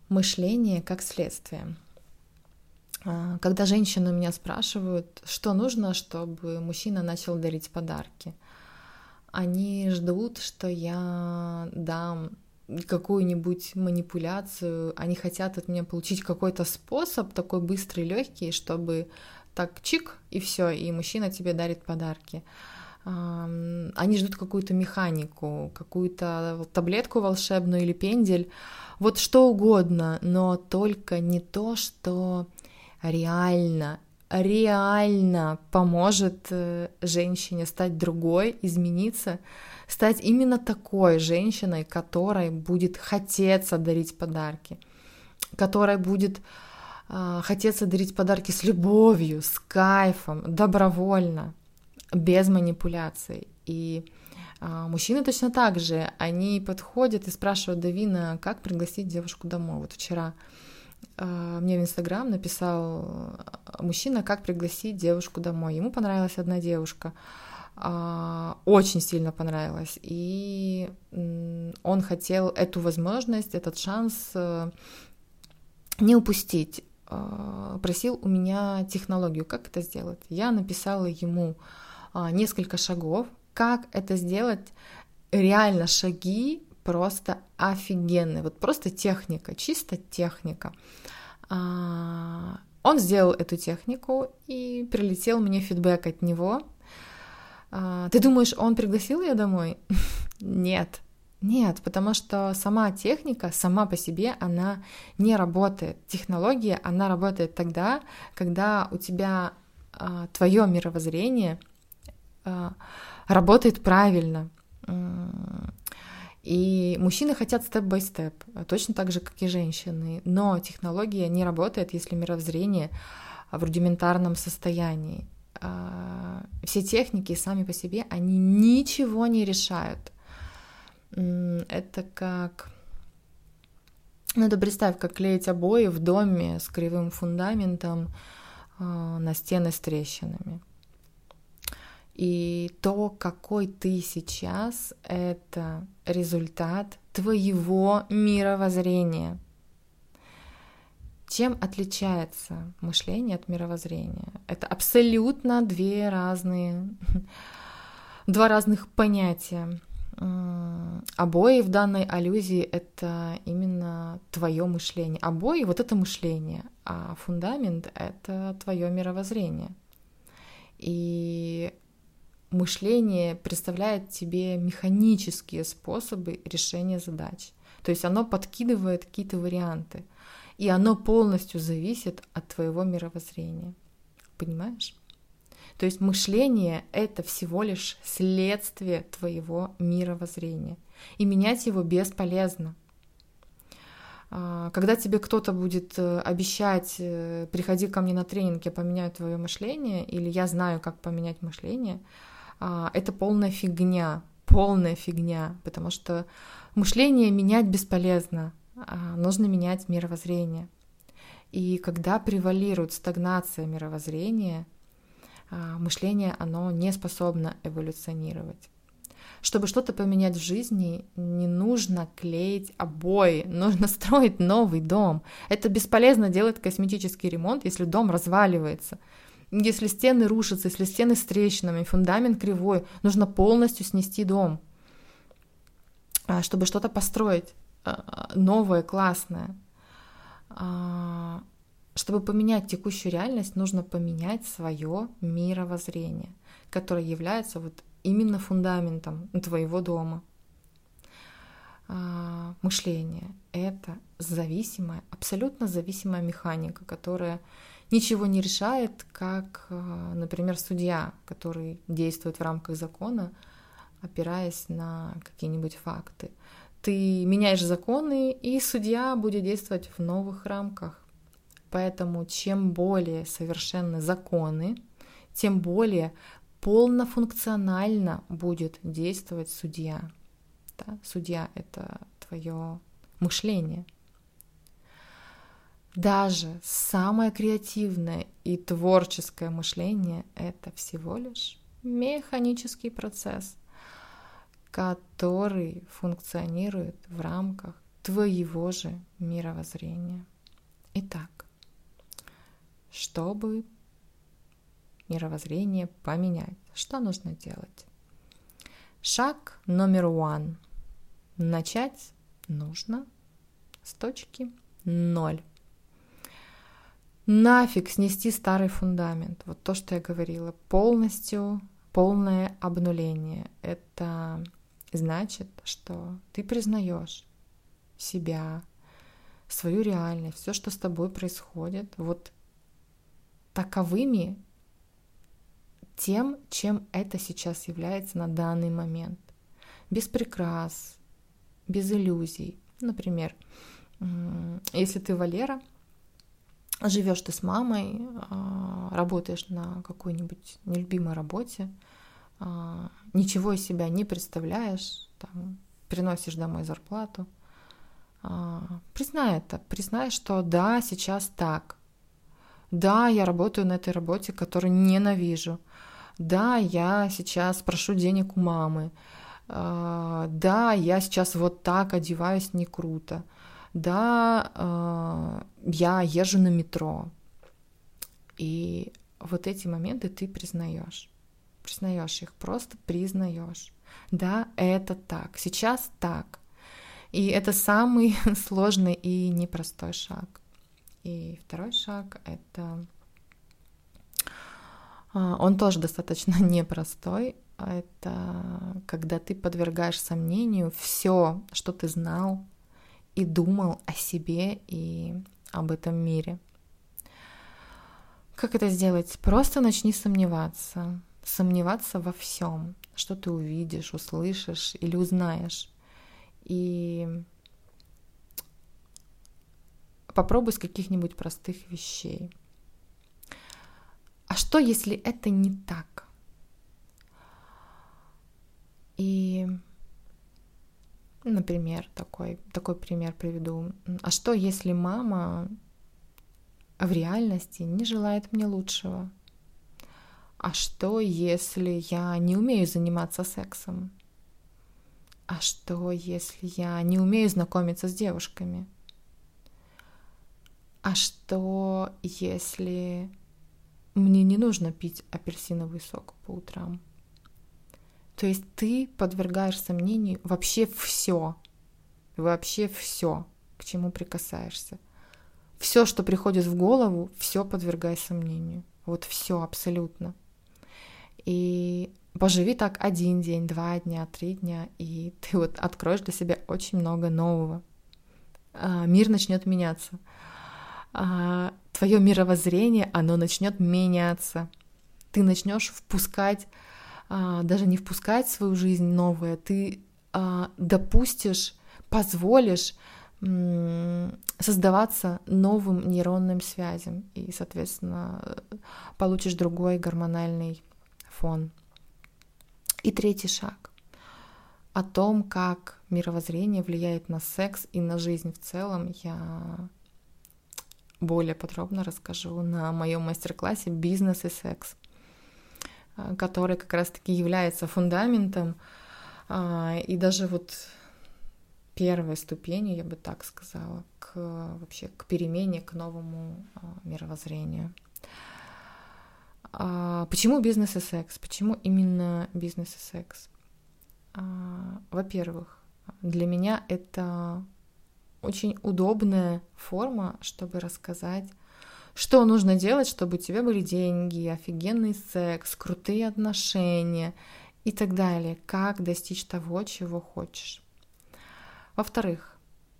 Мышление как следствие. Когда женщины у меня спрашивают, что нужно, чтобы мужчина начал дарить подарки, они ждут, что я дам какую-нибудь манипуляцию, они хотят от меня получить какой-то способ такой быстрый, легкий, чтобы так чик, и все, и мужчина тебе дарит подарки. Они ждут какую-то механику, какую-то таблетку волшебную или пендель, вот что угодно, но только не то, что реально поможет женщине стать другой, измениться, стать именно такой женщиной, которой будет хотеться дарить подарки, которой будет хотеться дарить подарки с любовью, с кайфом, добровольно, без манипуляций. И мужчины точно так же, они подходят и спрашивают: Давина, как пригласить девушку домой? Вот вчера мне в Инстаграм написал мужчина, как пригласить девушку домой. Ему понравилась одна девушка, очень сильно понравилась, и он хотел эту возможность, этот шанс не упустить. Просил у меня технологию, как это сделать. Я написала ему несколько шагов, как это сделать, реально шаги просто офигенные, вот просто техника, чисто техника. Он сделал эту технику, и прилетел мне фидбэк от него. Ты думаешь, он пригласил ее домой? Нет, потому что сама техника, сама по себе, она не работает. Технология, она работает тогда, когда у тебя твое мировоззрение работает правильно. И мужчины хотят степ-бай-степ, точно так же, как и женщины. Но технология не работает, если мировоззрение в рудиментарном состоянии. Все техники сами по себе, они ничего не решают. Это как... Надо представить, как клеить обои в доме с кривым фундаментом на стены с трещинами. И то, какой ты сейчас, это результат твоего мировоззрения. Чем отличается мышление от мировоззрения? Это абсолютно два разных понятия. Обои в данной аллюзии — это именно твое мышление. Обои — вот это мышление, а фундамент — это твое мировоззрение. И мышление представляет тебе механические способы решения задач. То есть оно подкидывает какие-то варианты, и оно полностью зависит от твоего мировоззрения. Понимаешь? То есть мышление — это всего лишь следствие твоего мировоззрения, и менять его бесполезно. Когда тебе кто-то будет обещать: приходи ко мне на тренинг, я поменяю твое мышление, или я знаю, как поменять мышление, это полная фигня, потому что мышление менять бесполезно, нужно менять мировоззрение. И когда превалирует стагнация мировоззрения, мышление, оно не способно эволюционировать. Чтобы что-то поменять в жизни, не нужно клеить обои, нужно строить новый дом. Это бесполезно делать косметический ремонт, если дом разваливается. Если стены рушатся, если стены с трещинами, фундамент кривой, нужно полностью снести дом, чтобы что-то построить новое, классное. Чтобы поменять текущую реальность, нужно поменять свое мировоззрение, которое является вот именно фундаментом твоего дома. Мышление — это зависимая, абсолютно зависимая механика, которая ничего не решает, как, например, судья, который действует в рамках закона, опираясь на какие-нибудь факты. Ты меняешь законы, и судья будет действовать в новых рамках. Поэтому чем более совершенны законы, тем более полнофункционально будет действовать судья. Да? Судья — это твое мышление. Даже самое креативное и творческое мышление — это всего лишь механический процесс, который функционирует в рамках твоего же мировоззрения. Итак, чтобы мировоззрение поменять, что нужно делать? Шаг номер 1. Начать нужно с точки 0. Нафиг снести старый фундамент. Вот то, что я говорила. Полное обнуление. Это значит, что ты признаешь себя, свою реальность, все, что с тобой происходит, вот таковыми, тем, чем это сейчас является на данный момент. Без прикрас, без иллюзий. Например, если ты Валера, живешь ты с мамой, работаешь на какой-нибудь нелюбимой работе, ничего из себя не представляешь, там, приносишь домой зарплату, признай это, признай, что да, сейчас так, да, я работаю на этой работе, которую ненавижу, да, я сейчас прошу денег у мамы, да, я сейчас вот так одеваюсь не круто, да, я езжу на метро. И вот эти моменты ты признаешь их, просто признаешь. Да, это так, сейчас так. И это самый сложный и непростой шаг. И второй шаг — это... Он тоже достаточно непростой. Это когда ты подвергаешь сомнению все, что ты знал и думал о себе и об этом мире. Как это сделать? Просто начни сомневаться. Сомневаться во всем, что ты увидишь, услышишь или узнаешь. И попробуй с каких-нибудь простых вещей. А что, если это не так? И, например, такой пример приведу. А что, если мама в реальности не желает мне лучшего? А что, если я не умею заниматься сексом? А что, если я не умею знакомиться с девушками? А что, если мне не нужно пить апельсиновый сок по утрам? То есть ты подвергаешь сомнению вообще все, к чему прикасаешься. Все, что приходит в голову, все подвергай сомнению. Вот все абсолютно. И поживи так 1 день, 2 дня, 3 дня, и ты вот откроешь для себя очень много нового. Мир начнет меняться. Твое мировоззрение, оно начнет меняться. Ты начнешь впускать, даже не впускать в свою жизнь новое, ты допустишь, позволишь создаваться новым нейронным связям, и, соответственно, получишь другой гормональный фон. И третий шаг о том, как мировоззрение влияет на секс и на жизнь в целом, я более подробно расскажу на моем мастер-классе «Бизнес и секс», который как раз-таки является фундаментом и даже вот первой ступенью, я бы так сказала, вообще к перемене, к новому мировоззрению. Почему бизнес и секс? Почему именно бизнес и секс? Во-первых, для меня это очень удобная форма, чтобы рассказать, что нужно делать, чтобы у тебя были деньги, офигенный секс, крутые отношения и так далее, как достичь того, чего хочешь. Во-вторых,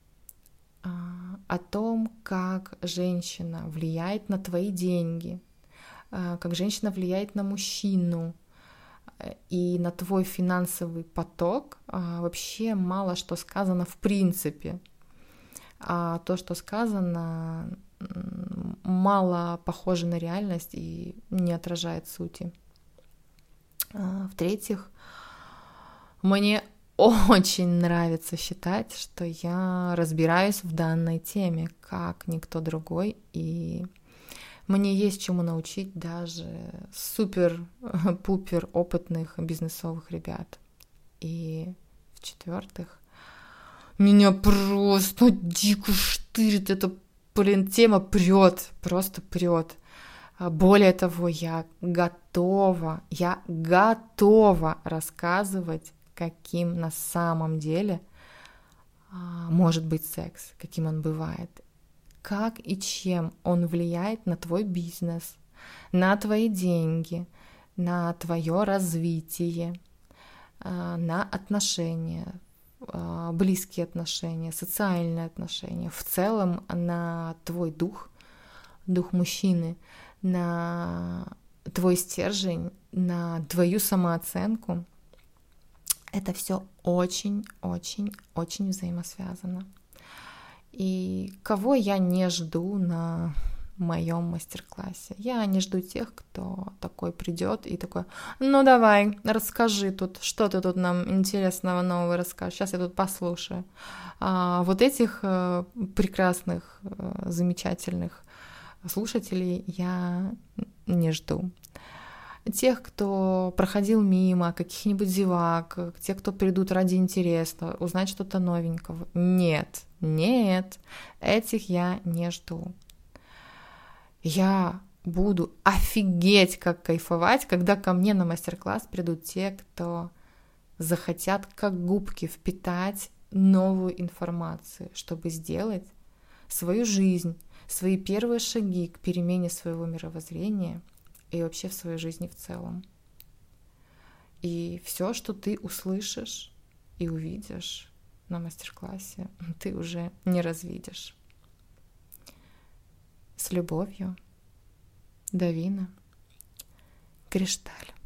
о том, как женщина влияет на твои деньги, как женщина влияет на мужчину и на твой финансовый поток, вообще мало что сказано в принципе. А то, что сказано, мало похоже на реальность и не отражает сути. В-третьих, мне очень нравится считать, что я разбираюсь в данной теме, как никто другой, и мне есть чему научить даже супер-пупер опытных бизнесовых ребят. И в-четвертых, меня просто дико штырит, эта, тема прет, просто прет. Более того, я готова рассказывать, каким на самом деле может быть секс, каким он бывает, как и чем он влияет на твой бизнес, на твои деньги, на твое развитие, на отношения, близкие отношения, социальные отношения, в целом на твой дух мужчины, на твой стержень, на твою самооценку. Это все очень-очень-очень взаимосвязано. И кого я не жду на моем мастер-классе? Я не жду тех, кто такой придет и такой: ну давай, расскажи тут, что ты тут нам интересного нового расскажешь, сейчас я тут послушаю. Вот этих прекрасных, замечательных слушателей я не жду. Тех, кто проходил мимо, каких-нибудь зевак, те, кто придут ради интереса, узнать что-то новенького. Нет, этих я не жду. Я буду офигеть как кайфовать, когда ко мне на мастер-класс придут те, кто захотят как губки впитать новую информацию, чтобы сделать свою жизнь, свои первые шаги к перемене своего мировоззрения и вообще в своей жизни в целом. И все, что ты услышишь и увидишь на мастер-классе, ты уже не развидишь. С любовью, Давина, Кришталь.